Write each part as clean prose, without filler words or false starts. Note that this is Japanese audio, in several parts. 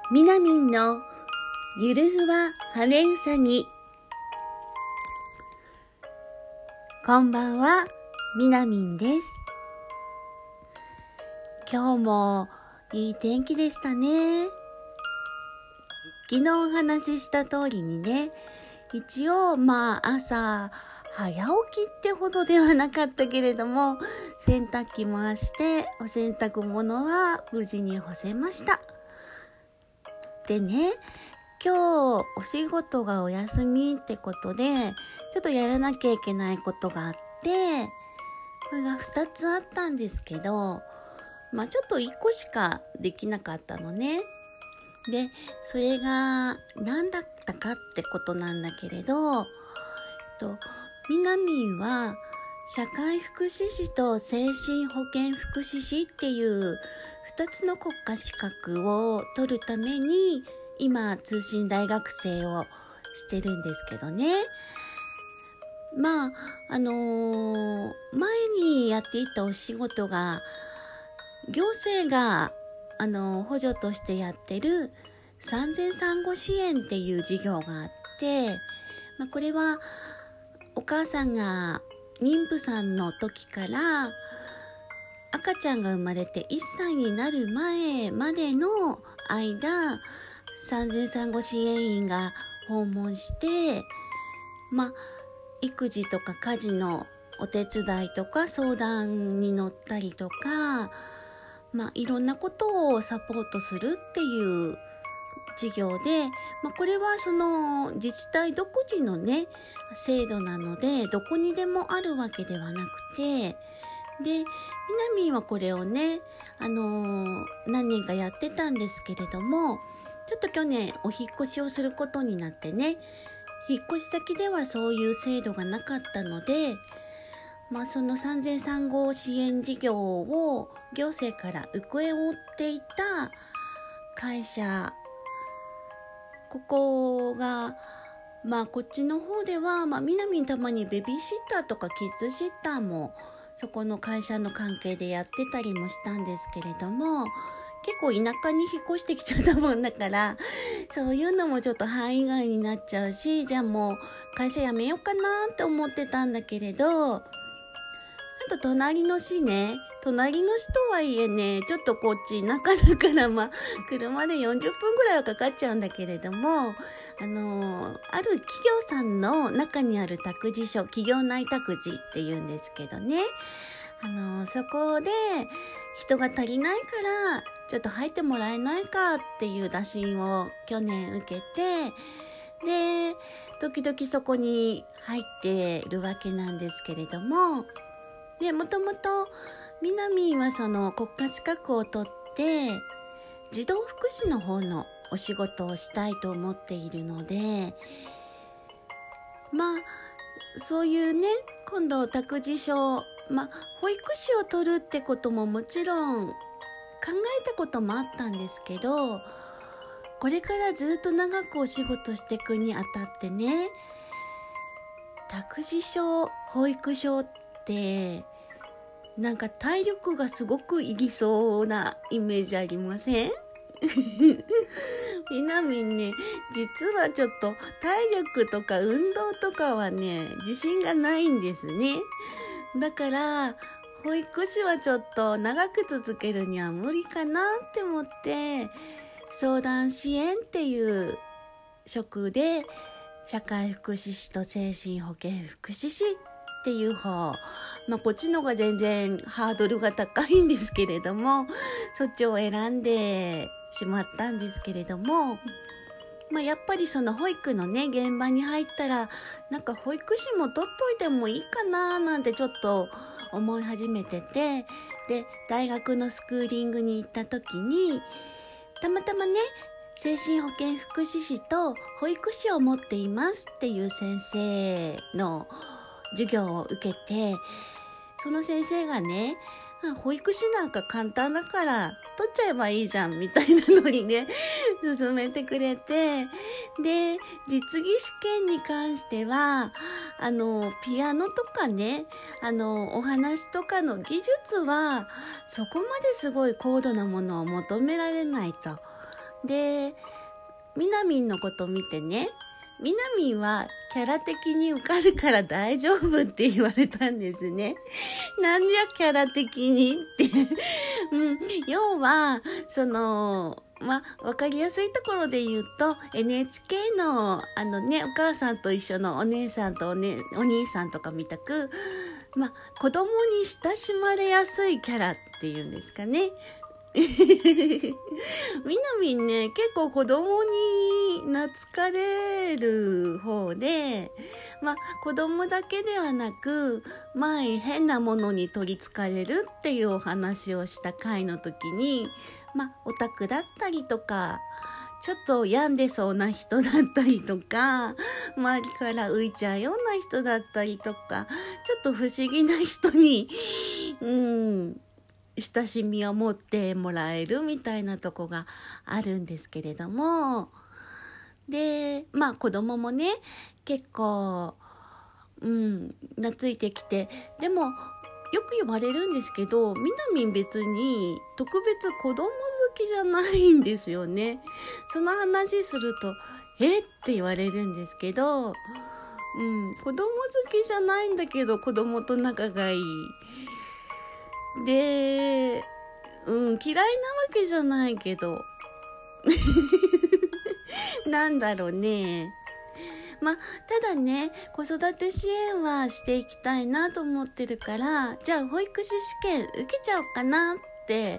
みなみんのゆるふわ羽うさぎ。こんばんは、みなみんです。今日もいい天気でしたね。昨日お話しした通りにね、一応朝早起きってほどではなかったけれども、洗濯機回してお洗濯物は無事に干せました。でね、今日お仕事がお休みってことでちょっとやらなきゃいけないことがあって、これが2つあったんですけど、ちょっと1個しかできなかったのね。で、それが何だったかってことなんだけれど、みなみんは社会福祉士と精神保健福祉士っていう2つの国家資格を取るために今通信大学生をしてるんですけどね。前にやっていたお仕事が行政が補助としてやってる産前産後支援っていう事業があって、これはお母さんが妊婦さんの時から赤ちゃんが生まれて1歳になる前までの間、産前産後支援員が訪問して、育児とか家事のお手伝いとか相談に乗ったりとか、いろんなことをサポートするっていう事業で、これはその自治体独自のね制度なので、どこにでもあるわけではなくて、でみなみんはこれをね何年かやってたんですけれども、ちょっと去年お引っ越しをすることになってね、引っ越し先ではそういう制度がなかったので、その産前産後支援事業を行政から請け負っていた会社、ここがこっちの方ではみなみんたまにベビーシッターとかキッズシッターもそこの会社の関係でやってたりもしたんですけれども、結構田舎に引っ越してきちゃったもんだから、そういうのもちょっと範囲外になっちゃうし、じゃあもう会社辞めようかなって思ってたんだけれど、あと隣の市とはいえね、ちょっとこっち田舎だから車で40分ぐらいはかかっちゃうんだけれども、ある企業さんの中にある託児所、企業内託児っていうんですけどね、そこで人が足りないからちょっと入ってもらえないかっていう打診を去年受けて、で時々そこに入ってるわけなんですけれども、もともとみなみんはその国家資格を取って児童福祉の方のお仕事をしたいと思っているので、そういうね、今度託児所、保育士を取るってことももちろん考えたこともあったんですけど、これからずっと長くお仕事していくにあたってね、託児所、保育所ってなんか体力がすごくいりそうなイメージありません？みなみんね、実はちょっと体力とか運動とかはね自信がないんですね。だから保育士はちょっと長く続けるには無理かなって思って、相談支援っていう職で社会福祉士と精神保健福祉士っていう方、こっちのが全然ハードルが高いんですけれども、そっちを選んでしまったんですけれども、やっぱりその保育のね現場に入ったら、なんか保育士も取っといてもいいかななんてちょっと思い始めてて、で大学のスクーリングに行った時にたまたまね、精神保健福祉士と保育士を持っていますっていう先生の授業を受けて、その先生がね、保育士なんか簡単だから取っちゃえばいいじゃんみたいなのにね勧めてくれて、で実技試験に関してはピアノとかねお話とかの技術はそこまですごい高度なものを求められないと。 で、みなみんのこと見てね、みなみんはキャラ的に受かるから大丈夫って言われたんですね。なんじゃキャラ的にって要はわかりやすいところで言うと NHK のお母さんと一緒のお姉さんとお兄さんとかみたく子供に親しまれやすいキャラっていうんですかね。みなみんね、結構子供に懐かれる方で、子供だけではなく、前変なものに取りつかれるっていうお話をした回の時に、オタクだったりとか、ちょっと病んでそうな人だったりとか、周りから浮いちゃうような人だったりとか、ちょっと不思議な人に、親しみを持ってもらえるみたいなとこがあるんですけれども、で子供もね結構懐いてきて、でもよく言われるんですけど、みなみん別に特別子供好きじゃないんですよね。その話するとって言われるんですけど、子供好きじゃないんだけど子供と仲がいいで、嫌いなわけじゃないけどなんだろうね。ただね、子育て支援はしていきたいなと思ってるから、じゃあ保育士試験受けちゃおうかなって、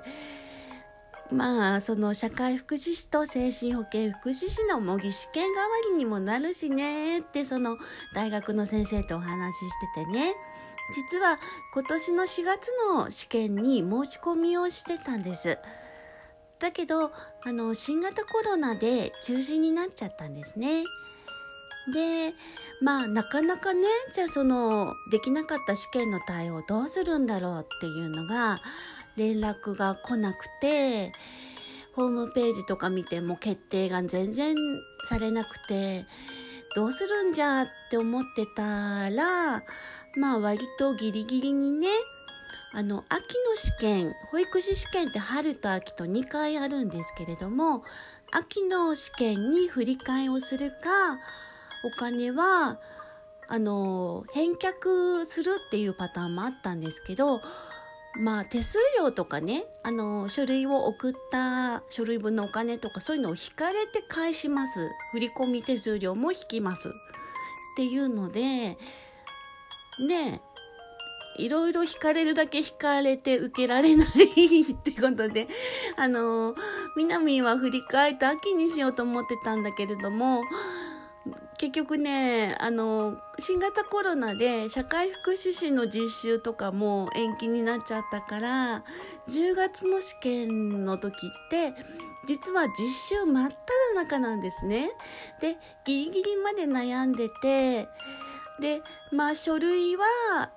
その社会福祉士と精神保健福祉士の模擬試験代わりにもなるしねって、その大学の先生とお話ししててね、実は今年の4月の試験に申し込みをしてたんです。だけど新型コロナで中止になっちゃったんですね。でなかなかね、じゃあできなかった試験の対応どうするんだろうっていうのが連絡が来なくて、ホームページとか見ても決定が全然されなくて、どうするんじゃって思ってたら、割とギリギリにね、秋の試験、保育士試験って春と秋と2回あるんですけれども、秋の試験に振り替えをするか、お金は返却するっていうパターンもあったんですけど、手数料とかね、書類を送った書類分のお金とかそういうのを引かれて返します。振込手数料も引きますっていうのでね、いろいろ引かれるだけ引かれて受けられないってことで、みなみんは振り替えて秋にしようと思ってたんだけれども、結局ね、新型コロナで社会福祉士の実習とかも延期になっちゃったから、10月の試験の時って実は実習真っ只中なんですね。で、ギリギリまで悩んでて、で書類は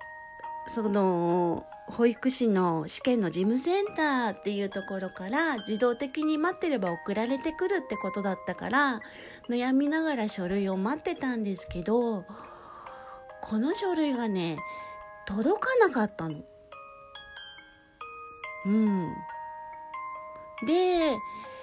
保育士の試験の事務センターっていうところから自動的に待ってれば送られてくるってことだったから、悩みながら書類を待ってたんですけど、この書類がね届かなかったの。で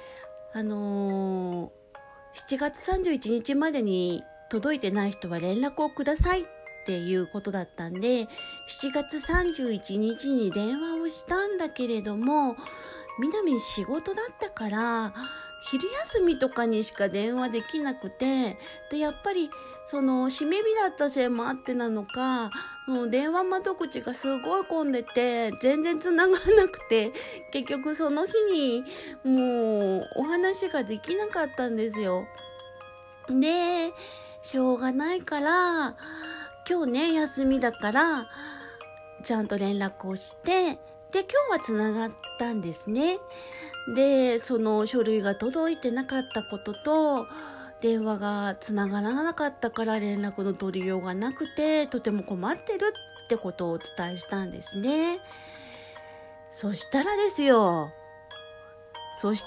7月31日までに届いてない人は連絡をくださいっていうことだったんで、7月31日に電話をしたんだけれども、みなみん仕事だったから昼休みとかにしか電話できなくて、でやっぱり締め日だったせいもあってなのか、もう電話窓口がすごい混んでて全然繋がらなくて、結局その日にもうお話ができなかったんですよ。でしょうがないから今日ね休みだからちゃんと連絡をして、で今日はつながったんですね。でその書類が届いてなかったことと、電話がつながらなかったから連絡の取りようがなくてとても困ってるってことをお伝えしたんですね。そしたらですよちょ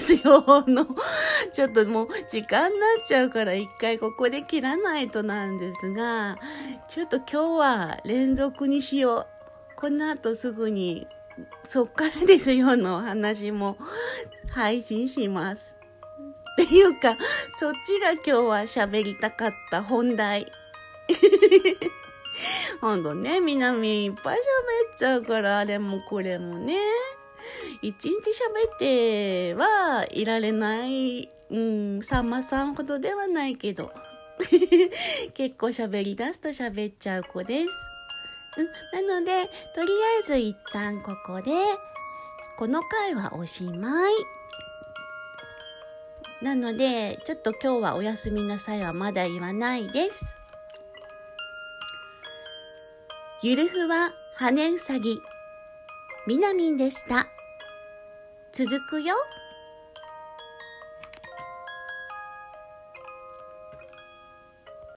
っともう時間になっちゃうから一回ここで切らないとなんですが、ちょっと今日は連続にしよう。この後すぐにそっからですよのお話も配信します。 っていうか、そっちが今日は喋りたかった本題。ほんとね、みなみいっぱい喋っちゃうから、あれもこれもね。一日喋ってはいられない、さんまさんほどではないけど。結構喋り出すと喋っちゃう子です。なので、とりあえず一旦ここで、この回はおしまい。なので、ちょっと今日はおやすみなさいはまだ言わないです。ゆるふわ羽うさぎ、みなみんでした。続くよ。